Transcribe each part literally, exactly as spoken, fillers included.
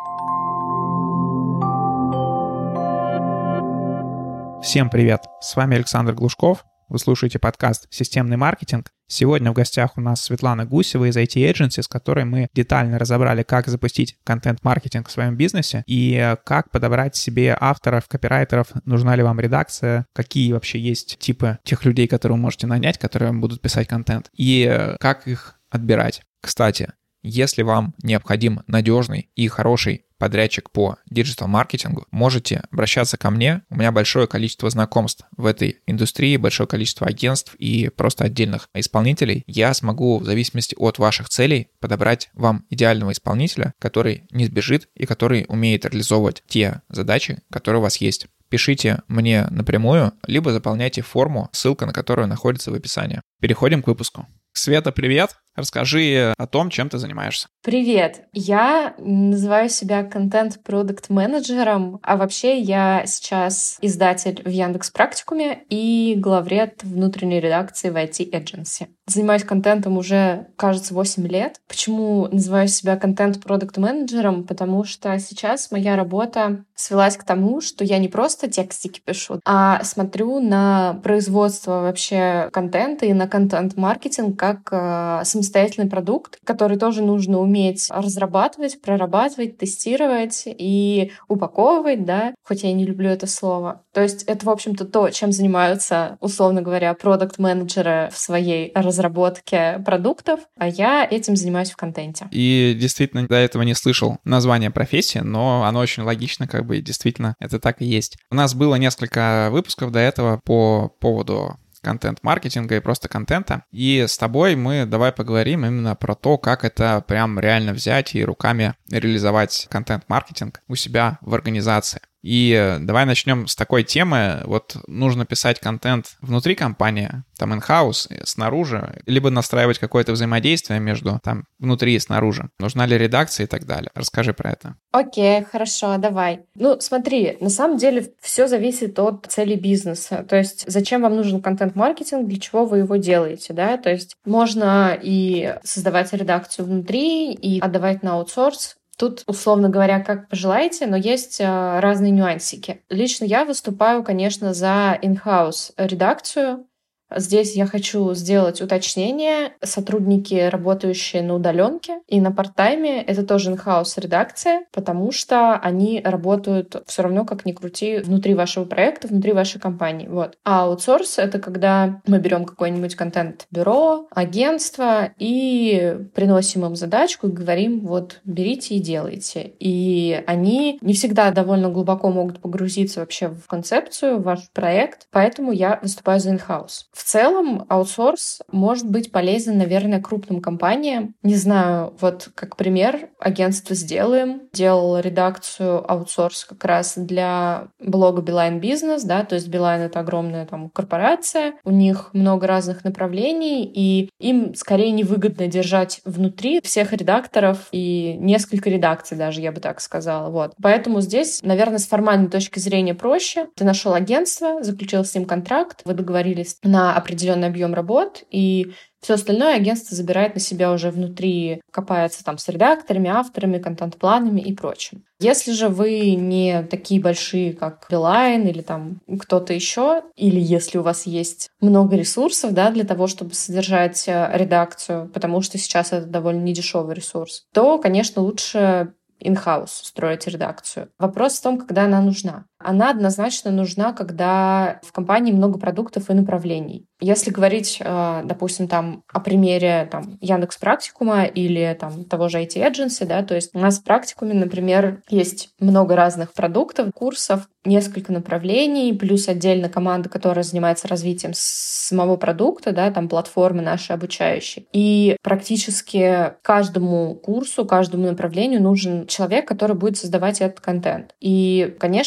Всем привет! С вами Александр Глушков. Вы слушаете подкаст «Системный маркетинг». Сегодня в гостях у нас Светлана Гусева из ай ти Agency, с которой мы детально разобрали, как запустить контент-маркетинг в своем бизнесе и как подобрать себе авторов, копирайтеров, нужна ли вам редакция, какие вообще есть типы тех людей, которые вы можете нанять, которые будут писать контент, и как их отбирать. Кстати, если вам необходим надежный и хороший подрядчик по диджитал-маркетингу, можете обращаться ко мне. У меня большое количество знакомств в этой индустрии, большое количество агентств и просто отдельных исполнителей. Я смогу в зависимости от ваших целей подобрать вам идеального исполнителя, который не сбежит и который умеет реализовывать те задачи, которые у вас есть. Пишите мне напрямую, либо заполняйте форму, ссылка на которую находится в описании. Переходим к выпуску. Света, привет! Расскажи о том, чем ты занимаешься. Привет! Я называю себя контент-продукт-менеджером, а вообще я сейчас издатель в Яндекс.Практикуме и главред внутренней редакции в ай ти Agency. Занимаюсь контентом уже, кажется, восемь лет. Почему называю себя контент-продукт-менеджером? Потому что сейчас моя работа свелась к тому, что я не просто текстики пишу, а смотрю на производство вообще контента и на контент-маркетинг как э, самостоятельный продукт, который тоже нужно уметь разрабатывать, прорабатывать, тестировать и упаковывать, да, хоть я и не люблю это слово. То есть это, в общем-то, то, чем занимаются, условно говоря, продакт-менеджеры в своей разработке продуктов, а я этим занимаюсь в контенте. И действительно, до этого не слышал название профессии, но оно очень логично, как бы, действительно, это так и есть. У нас было несколько выпусков до этого по поводу контент-маркетинга и просто контента. И с тобой мы давай поговорим именно про то, как это прям реально взять и руками реализовать контент-маркетинг у себя в организации. И давай начнем с такой темы. Вот нужно писать контент внутри компании, там in-house, снаружи, либо настраивать какое-то взаимодействие между там внутри и снаружи. Нужна ли редакция и так далее. Расскажи про это. Окей, хорошо, давай. Ну, смотри, на самом деле все зависит от цели бизнеса. То есть зачем вам нужен контент-маркетинг, для чего вы его делаете, да? То есть можно и создавать редакцию внутри, и отдавать на аутсорс. Тут, условно говоря, как пожелаете, но есть э, разные нюансики. Лично я выступаю, конечно, за in-house редакцию. Здесь я хочу сделать уточнение. Сотрудники, работающие на удаленке и на парт-тайме, это тоже in-house редакция, потому что они работают все равно, как ни крути, внутри вашего проекта, внутри вашей компании. Вот. А аутсорс — это когда мы берем какое-нибудь контент-бюро, агентство и приносим им задачку и говорим: вот, берите и делайте. И они не всегда довольно глубоко могут погрузиться вообще в концепцию, в ваш проект, поэтому я выступаю за in-house. В целом, аутсорс может быть полезен, наверное, крупным компаниям. Не знаю, вот как пример, агентство «Сделаем» делало редакцию аутсорс как раз для блога Билайн Бизнес, да, то есть Билайн — это огромная там корпорация, у них много разных направлений, и им скорее невыгодно держать внутри всех редакторов и несколько редакций даже, я бы так сказала. Вот. Поэтому здесь, наверное, с формальной точки зрения проще. Ты нашел агентство, заключил с ним контракт, вы договорились на определенный объем работ, и все остальное агентство забирает на себя уже внутри, копается там с редакторами, авторами, контент-планами и прочим. Если же вы не такие большие, как Билайн или там кто-то еще, или если у вас есть много ресурсов, да, для того, чтобы содержать редакцию, потому что сейчас это довольно недешевый ресурс, то, конечно, лучше in-house строить редакцию. Вопрос в том, когда она нужна. Она однозначно нужна, когда в компании много продуктов и направлений. Если говорить, допустим, там, о примере там, Яндекс.Практикума или там, того же ай ти Agency, да, то есть у нас в практикуме, например, есть много разных продуктов, курсов, несколько направлений, плюс отдельно команда, которая занимается развитием самого продукта, да, там платформы наши обучающие. И практически каждому курсу, каждому направлению нужен человек, который будет создавать этот контент. И, конечно, таким образом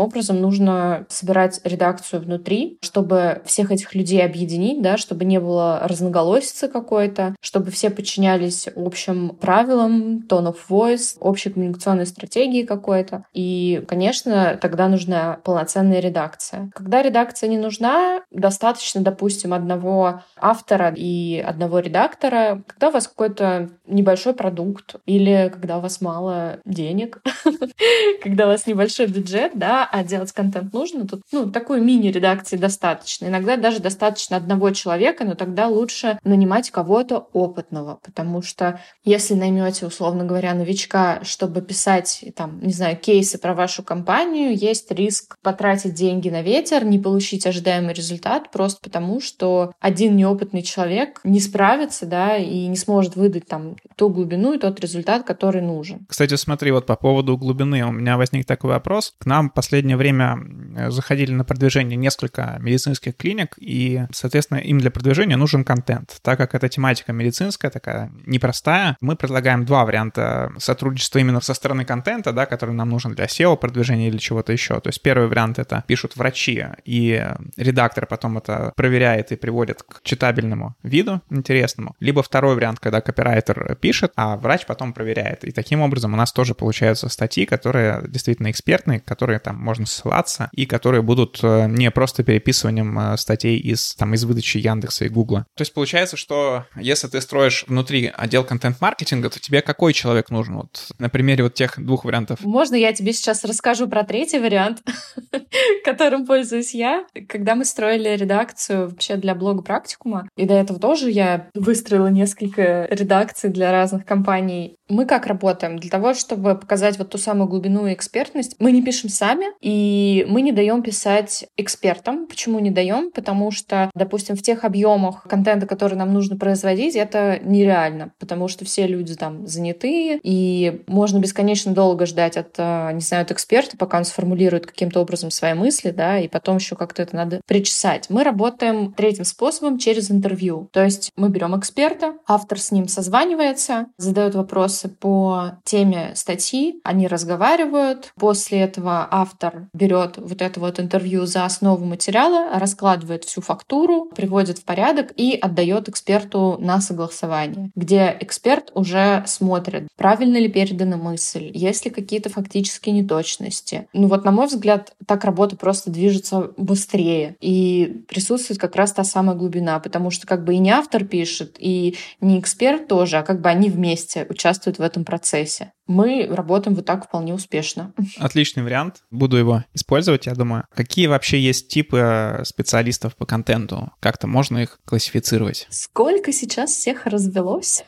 образом нужно собирать редакцию внутри, чтобы всех этих людей объединить, да, чтобы не было разноголосицы какой-то, чтобы все подчинялись общим правилам, tone of voice, общей коммуникационной стратегии какой-то. И, конечно, тогда нужна полноценная редакция. Когда редакция не нужна, достаточно, допустим, одного автора и одного редактора. Когда у вас какой-то небольшой продукт или когда у вас мало денег, когда у вас небольшой бюджет, да, а делать контент нужно, тут, ну, такой мини-редакции достаточно. Иногда даже достаточно одного человека, но тогда лучше нанимать кого-то опытного, потому что если наймете, условно говоря, новичка, чтобы писать, там, не знаю, кейсы про вашу компанию, есть риск потратить деньги на ветер, не получить ожидаемый результат, просто потому что один неопытный человек не справится, да, и не сможет выдать там ту глубину и тот результат, который нужен. Кстати, смотри, вот по поводу глубины у меня возник такой вопрос. К нам в последнее время заходили на продвижение несколько медицинских клиник, и, соответственно, им для продвижения нужен контент. Так как эта тематика медицинская, такая непростая, мы предлагаем два варианта сотрудничества именно со стороны контента, да, который нам нужен для сео продвижения или чего-то еще. То есть первый вариант — это пишут врачи, и редактор потом это проверяет и приводит к читабельному виду, интересному. Либо второй вариант, когда копирайтер пишет, а врач потом проверяет. И таким образом у нас тоже получаются статьи, которые действительно экспертные, которые там можно ссылаться, и которые будут не просто переписыванием статей из, там, из выдачи Яндекса и Гугла. То есть получается, что если ты строишь внутри отдел контент-маркетинга, то тебе какой человек нужен? Вот на примере вот тех двух вариантов. Можно я тебе сейчас расскажу про третий вариант, которым пользуюсь я? Когда мы строили редакцию вообще для блога «Практикума», и до этого тоже я выстроила несколько редакций для разных компаний. Мы как работаем? Для того, чтобы показать вот ту самую глубину и экспертность, мы не пишем сами, и мы не даем писать экспертам. Почему не даем? Потому что, допустим, в тех объемах контента, который нам нужно производить, это нереально, потому что все люди там занятые, и можно бесконечно долго ждать от, не знаю, от эксперта, пока он сформулирует каким-то образом свои мысли, да, и потом еще как-то это надо причесать. Мы работаем третьим способом через интервью. То есть мы берем эксперта, автор с ним созванивается, задает вопросы по теме статьи, они разговаривают. После этого автор берет вот это вот интервью за основу материала, раскладывает всю фактуру, приводит в порядок и отдает эксперту на согласование, где эксперт уже смотрит, правильно ли передана мысль, есть ли какие-то фактические неточности. Ну вот, на мой взгляд, так работа просто движется быстрее, и присутствует как раз та самая глубина, потому что как бы и не автор пишет, и не эксперт тоже, а как бы они вместе участвуют в этом процессе. Мы работаем вот так вполне успешно. Отличный вариант. Буду его использовать, я думаю. Какие вообще есть типы специалистов по контенту? Как-то можно их классифицировать? Сколько сейчас всех развелось?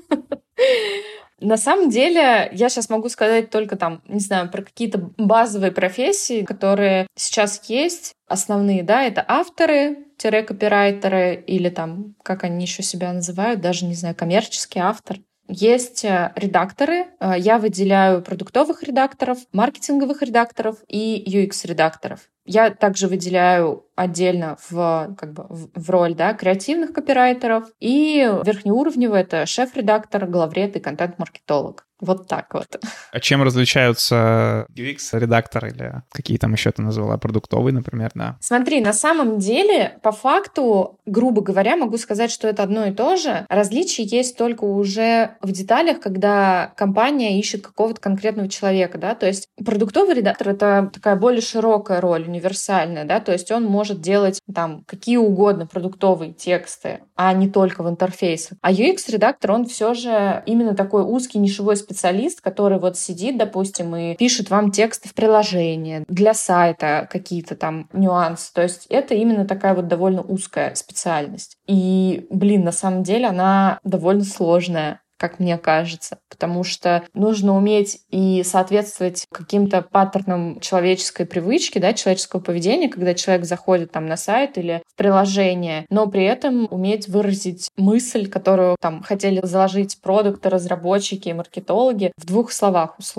На самом деле, я сейчас могу сказать только там, не знаю, про какие-то базовые профессии, которые сейчас есть. Основные, да, это авторы, копирайтеры или там, как они еще себя называют, даже, не знаю, коммерческий автор. Есть редакторы. Я выделяю продуктовых редакторов, маркетинговых редакторов и ю экс-редакторов. Я также выделяю отдельно в, как бы, в роль, да, креативных копирайтеров. И верхнеуровневый — это шеф-редактор, главред и контент-маркетолог. Вот так вот. А чем различаются ю экс-редактор или какие там еще ты назвала, продуктовый, например, да? Смотри, на самом деле, по факту, грубо говоря, могу сказать, что это одно и то же. Различие есть только уже в деталях, когда компания ищет какого-то конкретного человека, да, то есть продуктовый редактор — это такая более широкая роль, универсальная, да, то есть он может делать там какие угодно продуктовые тексты, а не только в интерфейсах. А ю экс-редактор, он все же именно такой узкий нишевой специалист, специалист, который вот сидит, допустим, и пишет вам тексты в приложение, для сайта какие-то там нюансы. То есть это именно такая вот довольно узкая специальность. И, блин, на самом деле она довольно сложная, как мне кажется, потому что нужно уметь и соответствовать каким-то паттернам человеческой привычки, да, человеческого поведения, когда человек заходит там на сайт или в приложение, но при этом уметь выразить мысль, которую там хотели заложить продукты, разработчики, маркетологи в двух словах условно.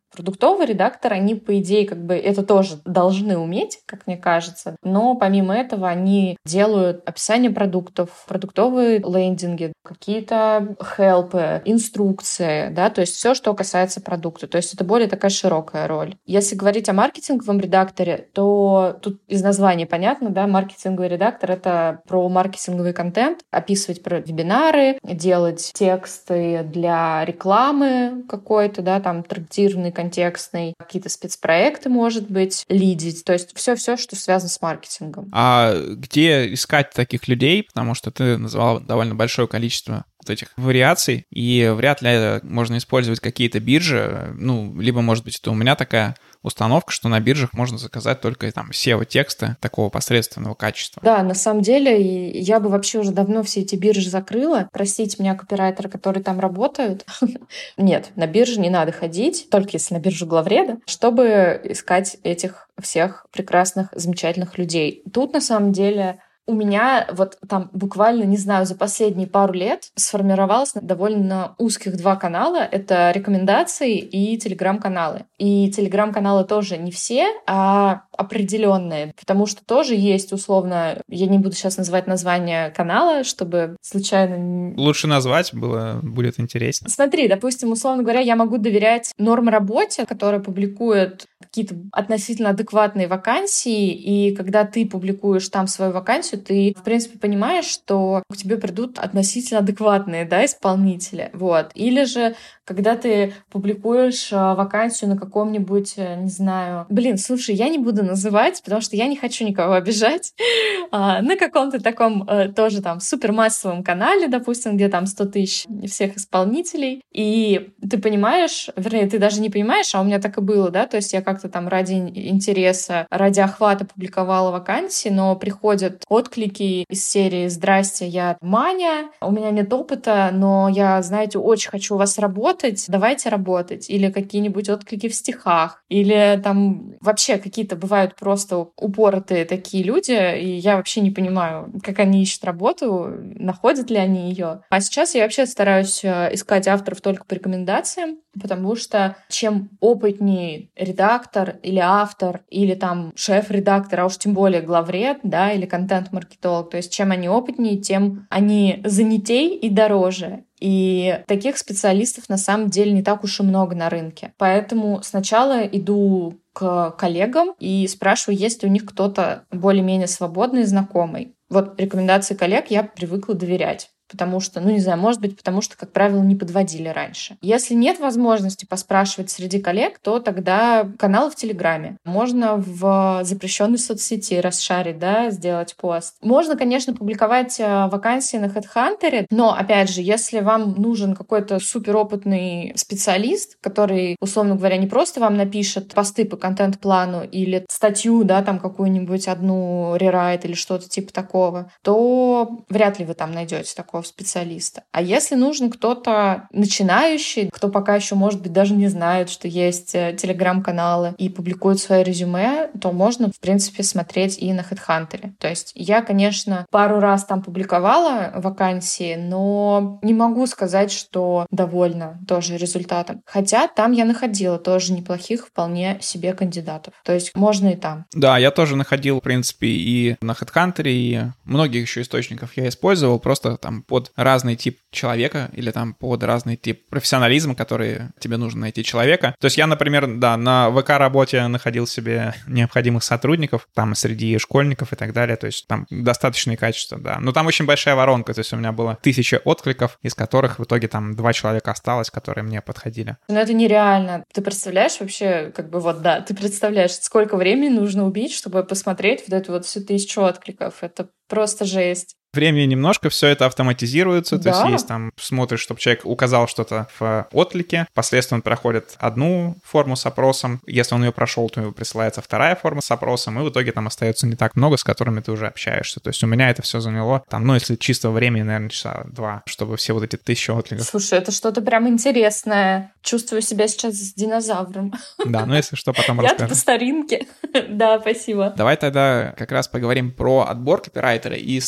Продуктовый редактор, они, по идее, как бы это тоже должны уметь, как мне кажется. Но помимо этого они делают описание продуктов, продуктовые лендинги, какие-то хелпы, инструкции, да, то есть все, что касается продукта. То есть это более такая широкая роль. Если говорить о маркетинговом редакторе, то тут из названия понятно, да, маркетинговый редактор — это про маркетинговый контент, описывать про вебинары, делать тексты для рекламы какой-то, да, там таргетированный, контекстный, какие-то спецпроекты, может быть, лидить. То есть все-все, что связано с маркетингом. А где искать таких людей? Потому что ты назвал довольно большое количество вот этих вариаций, и вряд ли можно использовать какие-то биржи. Ну, либо, может быть, это у меня такая установка, что на биржах можно заказать только там сео-тексты такого посредственного качества. Да, на самом деле, я бы вообще уже давно все эти биржи закрыла. Простите меня, копирайтеры, которые там работают. Нет, на биржу не надо ходить, только если на биржу главреда, чтобы искать этих всех прекрасных, замечательных людей. Тут, на самом деле, у меня вот там буквально, не знаю, за последние пару лет сформировалось довольно узких два канала. Это рекомендации и телеграм-каналы. И телеграм-каналы тоже не все, а определенные, потому что тоже есть условно, я не буду сейчас называть название канала, чтобы случайно... Лучше назвать, было, будет интересно. Смотри, допустим, условно говоря, я могу доверять Норм-работе, которая публикует какие-то относительно адекватные вакансии, и когда ты публикуешь там свою вакансию, ты, в принципе, понимаешь, что к тебе придут относительно адекватные, да, исполнители, вот. Или же, когда ты публикуешь вакансию на каком-нибудь, не знаю... Блин, слушай, я не буду называть, потому что я не хочу никого обижать, на каком-то таком тоже там супермассовом канале, допустим, где там сто тысяч всех исполнителей, и ты понимаешь, вернее, ты даже не понимаешь, а у меня так и было, да, то есть я как-то там ради интереса, ради охвата публиковала вакансии, но приходят отклики из серии «Здрасте, я Маня, у меня нет опыта, но я, знаете, очень хочу у вас работать, давайте работать». Или какие-нибудь отклики в стихах, или там вообще какие-то бывают просто упоротые такие люди, и я вообще не понимаю, как они ищут работу, находят ли они ее. А сейчас я вообще стараюсь искать авторов только по рекомендациям, потому что чем опытнее редактор или автор, или там шеф-редактор, а уж тем более главред, да, или контент-маркетолог, то есть чем они опытнее, тем они занятей и дороже. И таких специалистов на самом деле не так уж и много на рынке. Поэтому сначала иду к коллегам и спрашиваю, есть ли у них кто-то более-менее свободный, знакомый. Вот рекомендации коллег я привыкла доверять. Потому что, ну не знаю, может быть, потому что, как правило, не подводили раньше. Если нет возможности поспрашивать среди коллег, то тогда канал в Телеграме. Можно в запрещенной соцсети расшарить, да, сделать пост. Можно, конечно, публиковать вакансии на HeadHunter, но, опять же, если вам нужен какой-то суперопытный специалист, который, условно говоря, не просто вам напишет посты по контент-плану или статью, да, там какую-нибудь одну рерайт или что-то типа такого, то вряд ли вы там найдете такого специалиста. А если нужен кто-то начинающий, кто пока еще, может быть, даже не знает, что есть телеграм-каналы и публикует свое резюме, то можно, в принципе, смотреть и на HeadHunter. То есть я, конечно, пару раз там публиковала вакансии, но не могу сказать, что довольна тоже результатом. Хотя там я находила тоже неплохих вполне себе кандидатов. То есть можно и там. Да, я тоже находил, в принципе, и на HeadHunter, и многих еще источников я использовал, просто там под разный тип человека или там под разный тип профессионализма, который тебе нужно найти человека. То есть я, например, да, на ВК-работе находил себе необходимых сотрудников, там среди школьников и так далее, то есть там достаточное качество, да. Но там очень большая воронка, то есть у меня было тысяча откликов, из которых в итоге там два человека осталось, которые мне подходили. Но это нереально. Ты представляешь вообще, как бы вот, да, ты представляешь, сколько времени нужно убить, чтобы посмотреть вот эту вот всю тысячу откликов. Это просто жесть. Времени немножко, все это автоматизируется, Да. то есть есть там, смотришь, чтобы человек указал что-то в отклике, впоследствии он проходит одну форму с опросом, если он ее прошел, то ему присылается вторая форма с опросом, и в итоге там остается не так много, с которыми ты уже общаешься. То есть у меня это все заняло, там, ну, если чисто времени, наверное, часа два, чтобы все вот эти тысячи откликов. Слушай, это что-то прям интересное. Чувствую себя сейчас с динозавром. Да, ну если что, потом Я-то расскажу. по старинке. Да, спасибо. Давай тогда как раз поговорим про отбор копирайтера, и сначала я у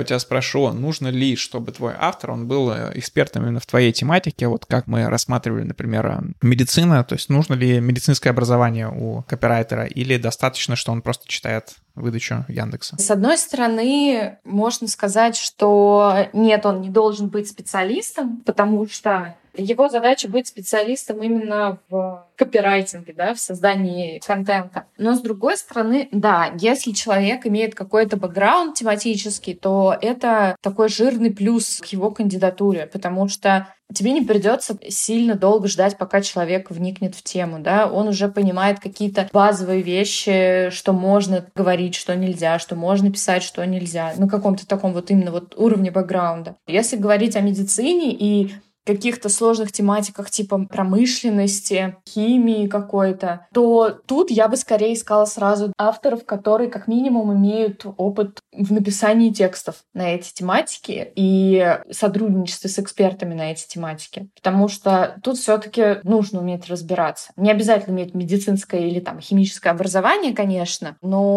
тебя спрошу, нужно ли, чтобы твой автор, он был экспертом именно в твоей тематике, вот как мы рассматривали, например, медицина, то есть нужно ли медицинское образование у копирайтера или достаточно, что он просто читает выдачу Яндекса? С одной стороны, можно сказать, что нет, он не должен быть специалистом, потому что его задача быть специалистом именно в копирайтинге, да, в создании контента. Но с другой стороны, да, если человек имеет какой-то бэкграунд тематический, то это такой жирный плюс к его кандидатуре, потому что тебе не придется сильно долго ждать, пока человек вникнет в тему, да, он уже понимает какие-то базовые вещи, что можно говорить, что нельзя, что можно писать, что нельзя, на каком-то таком вот именно вот уровне бэкграунда. Если говорить о медицине и каких-то сложных тематиках типа промышленности, химии какой-то, то тут я бы скорее искала сразу авторов, которые как минимум имеют опыт в написании текстов на эти тематики и сотрудничестве с экспертами на эти тематики. Потому что тут все-таки нужно уметь разбираться. Не обязательно иметь медицинское или там химическое образование, конечно,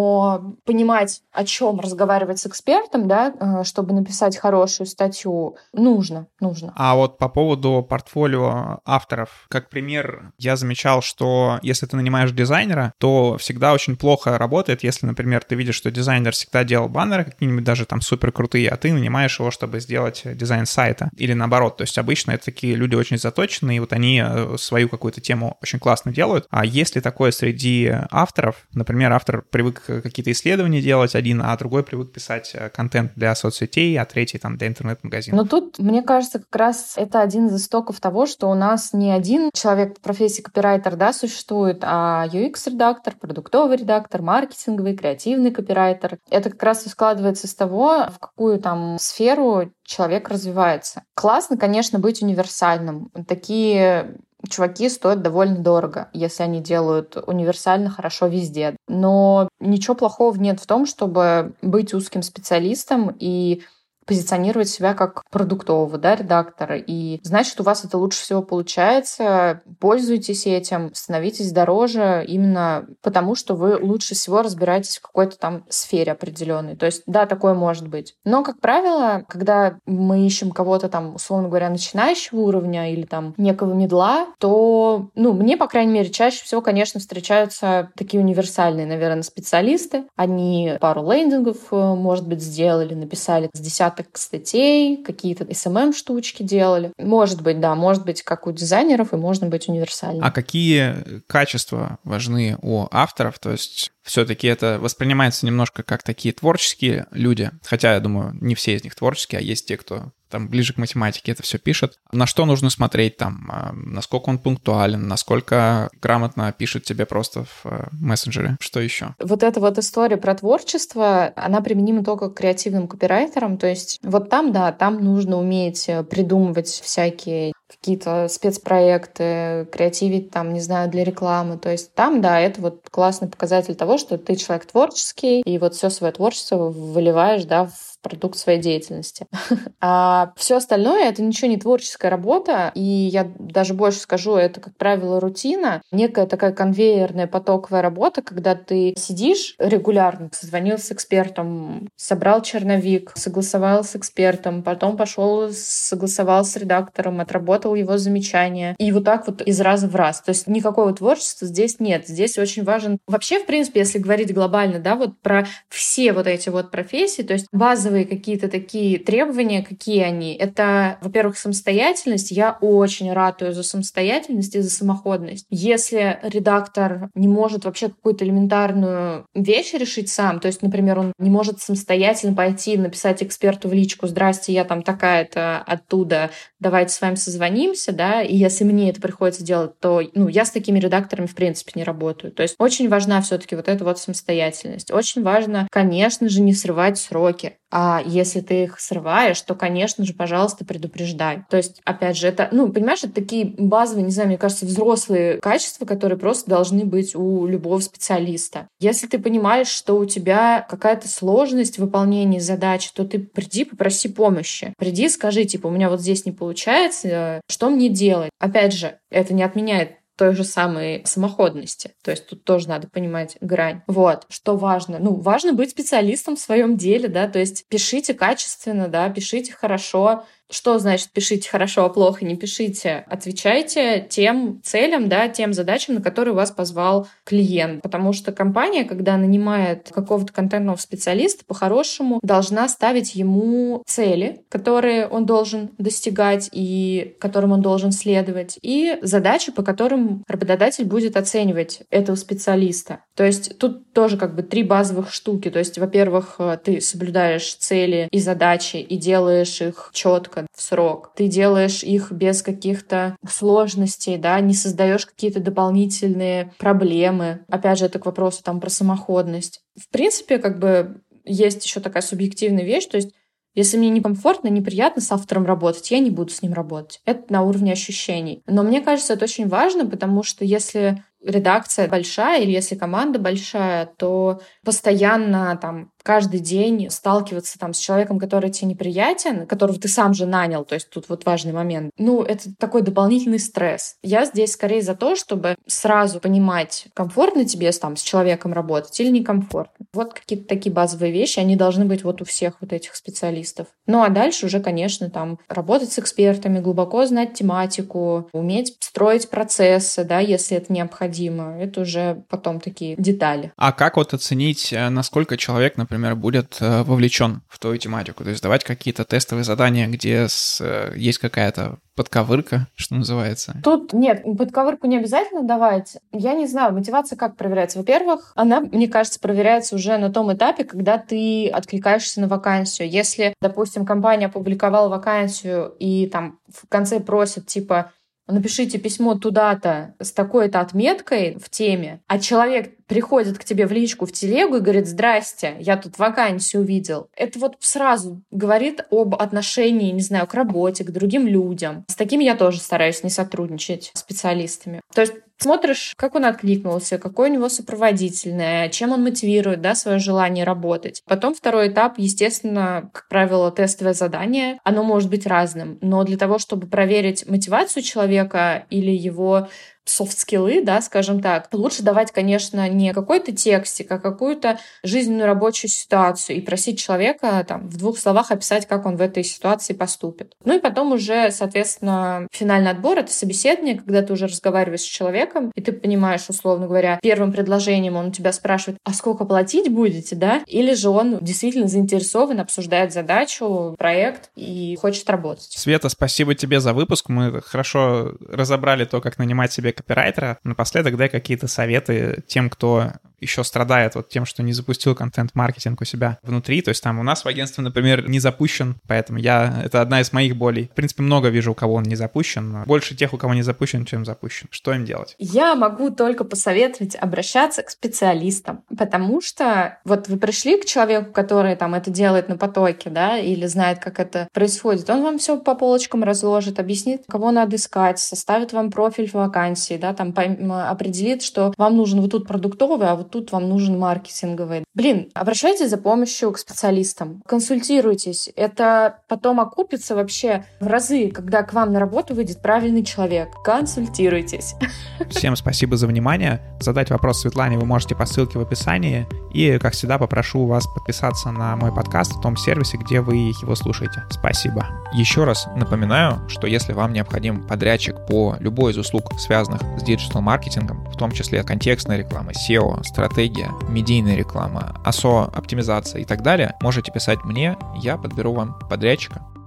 но понимать, о чем разговаривать с экспертом, да, чтобы написать хорошую статью, нужно, нужно. А вот по поводу портфолио авторов. Как пример, я замечал, что если ты нанимаешь дизайнера, то всегда очень плохо работает, если, например, ты видишь, что дизайнер всегда делал баннеры какие-нибудь даже там супер крутые, а ты нанимаешь его, чтобы сделать дизайн сайта. Или наоборот. То есть обычно это такие люди очень заточенные, и вот они свою какую-то тему очень классно делают. А если такое среди авторов, например, автор привык какие-то исследования делать один, а другой привык писать контент для соцсетей, а третий там для интернет-магазина. Но тут, мне кажется, как раз это один из истоков того, что у нас не один человек в профессии копирайтер, да, существует, а ю экс-редактор, продуктовый редактор, маркетинговый, креативный копирайтер. Это как раз и складывается из того, в какую там сферу человек развивается. Классно, конечно, быть универсальным. Такие чуваки стоят довольно дорого, если они делают универсально хорошо везде. Но ничего плохого нет в том, чтобы быть узким специалистом и позиционировать себя как продуктового, да, редактора. И значит, у вас это лучше всего получается. Пользуйтесь этим, становитесь дороже именно потому, что вы лучше всего разбираетесь в какой-то там сфере определенной. То есть, да, такое может быть. Но, как правило, когда мы ищем кого-то там, условно говоря, начинающего уровня или там некого медла, то, ну, мне, по крайней мере, чаще всего, конечно, встречаются такие универсальные, наверное, специалисты. Они пару лендингов, может быть, сделали, написали с десяток статей, какие-то эс эм эм-штучки делали. Может быть, да, может быть, как у дизайнеров, и можно быть универсальным. А какие качества важны у авторов? То есть все-таки это воспринимается немножко как такие творческие люди, хотя, я думаю, не все из них творческие, а есть те, кто там ближе к математике это все пишет. На что нужно смотреть там? Насколько он пунктуален, насколько грамотно пишет тебе просто в мессенджере? Что еще? Вот эта вот история про творчество, она применима только к креативным копирайтерам. То есть вот там, да, там нужно уметь придумывать всякие какие-то спецпроекты, креативить там, не знаю, для рекламы. То есть там, да, это вот классный показатель того, что ты человек творческий, и вот все свое творчество выливаешь, да, в продукт своей деятельности. А все остальное — это ничего не творческая работа, и я даже больше скажу, это, как правило, рутина, некая такая конвейерная потоковая работа, когда ты сидишь регулярно, созвонился с экспертом, собрал черновик, согласовал с экспертом, потом пошел согласовал с редактором, отработал его замечания, и вот так вот из раза в раз. То есть никакого творчества здесь нет. Здесь очень важен... Вообще, в принципе, если говорить глобально, да, вот про все вот эти вот профессии, то есть базовые какие-то такие требования, какие они. Это, во-первых, самостоятельность. Я очень ратую за самостоятельность и за самоходность. Если редактор не может вообще какую-то элементарную вещь решить сам, то есть, например, он не может самостоятельно пойти написать эксперту в личку: «Здрасте, я там такая-то оттуда, давайте с вами созвонимся», да, и если мне это приходится делать, то, ну, я с такими редакторами, в принципе, не работаю. То есть очень важна все-таки вот эта вот самостоятельность. Очень важно, конечно же, не срывать сроки. А если ты их срываешь, то, конечно же, пожалуйста, предупреждай. То есть, опять же, это, ну, понимаешь, это такие базовые, не знаю, мне кажется, взрослые качества, которые просто должны быть у любого специалиста. Если ты понимаешь, что у тебя какая-то сложность в выполнении задачи, то ты приди, попроси помощи. Приди, скажи, типа, у меня вот здесь не получается, что мне делать? Опять же, это не отменяет той же самой самоходности. То есть тут тоже надо понимать грань. Вот. Что важно? Ну, важно быть специалистом в своем деле, да, то есть пишите качественно, да, пишите хорошо. Что значит пишите хорошо, а плохо не пишите? Отвечайте тем целям, да, тем задачам, на которые вас позвал клиент. Потому что компания, когда нанимает какого-то контентного специалиста, по-хорошему должна ставить ему цели, которые он должен достигать и которым он должен следовать, и задачи, по которым работодатель будет оценивать этого специалиста. То есть тут тоже как бы три базовых штуки. То есть, во-первых, ты соблюдаешь цели и задачи и делаешь их четко, в срок. Ты делаешь их без каких-то сложностей, да, не создаешь какие-то дополнительные проблемы. Опять же, это к вопросу там про самоходность. В принципе, как бы есть еще такая субъективная вещь, то есть если мне некомфортно, неприятно с автором работать, я не буду с ним работать. Это на уровне ощущений. Но мне кажется, это очень важно, потому что если редакция большая или если команда большая, то постоянно там каждый день сталкиваться там с человеком, который тебе неприятен, которого ты сам же нанял, то есть тут вот важный момент. Ну, это такой дополнительный стресс. Я здесь скорее за то, чтобы сразу понимать, комфортно тебе там с человеком работать или некомфортно. Вот какие-то такие базовые вещи, они должны быть вот у всех вот этих специалистов. Ну, а дальше уже, конечно, там работать с экспертами, глубоко знать тематику, уметь строить процессы, да, если это необходимо. Это уже потом такие детали. А как вот оценить, насколько человек, например, будет вовлечен в твою тематику? То есть давать какие-то тестовые задания, где с, есть какая-то подковырка, что называется? Тут нет, подковырку не обязательно давать. Я не знаю, мотивация как проверяется. Во-первых, она, мне кажется, проверяется уже на том этапе, когда ты откликаешься на вакансию. Если, допустим, компания опубликовала вакансию и там в конце просят, типа, напишите письмо туда-то с такой-то отметкой в теме, а человек приходит к тебе в личку, в телегу и говорит: «Здрасте, я тут вакансию увидел». Это вот сразу говорит об отношении, не знаю, к работе, к другим людям. С такими я тоже стараюсь не сотрудничать, специалистами. То есть смотришь, как он откликнулся, какой у него сопроводительное, чем он мотивирует, да, свое желание работать. Потом второй этап, естественно, как правило, тестовое задание. Оно может быть разным, но для того, чтобы проверить мотивацию человека или его софт-скиллы, да, скажем так, лучше давать, конечно, не какой-то текстик, а какую-то жизненную рабочую ситуацию и просить человека там в двух словах описать, как он в этой ситуации поступит. Ну и потом уже, соответственно, финальный отбор — это собеседование, когда ты уже разговариваешь с человеком, и ты понимаешь, условно говоря, первым предложением он у тебя спрашивает: а сколько платить будете, да? Или же он действительно заинтересован, обсуждает задачу, проект и хочет работать. Света, спасибо тебе за выпуск. Мы хорошо разобрали то, как нанимать себе копирайтера. Напоследок дай какие-то советы тем, кто еще страдает вот тем, что не запустил контент-маркетинг у себя внутри. То есть там у нас в агентстве, например, не запущен, поэтому я... Это одна из моих болей. В принципе, много вижу, у кого он не запущен, но больше тех, у кого не запущен, чем запущен. Что им делать? Я могу только посоветовать обращаться к специалистам, потому что вот вы пришли к человеку, который там это делает на потоке, да, или знает, как это происходит, он вам все по полочкам разложит, объяснит, кого надо искать, составит вам профиль вакансии, да, там определит, что вам нужен вот тут продуктовый, а вот тут вам нужен маркетинговый. Блин, обращайтесь за помощью к специалистам, консультируйтесь. Это потом окупится вообще в разы, когда к вам на работу выйдет правильный человек. Консультируйтесь. Всем спасибо за внимание. Задать вопрос Светлане вы можете по ссылке в описании. И, как всегда, попрошу вас подписаться на мой подкаст в том сервисе, где вы его слушаете. Спасибо. Еще раз напоминаю, что если вам необходим подрядчик по любой из услуг, связанных с диджитал-маркетингом, в том числе контекстная реклама, сео, стратегия, медийная реклама, эй эс о, оптимизация и так далее, можете писать мне, я подберу вам подрядчика.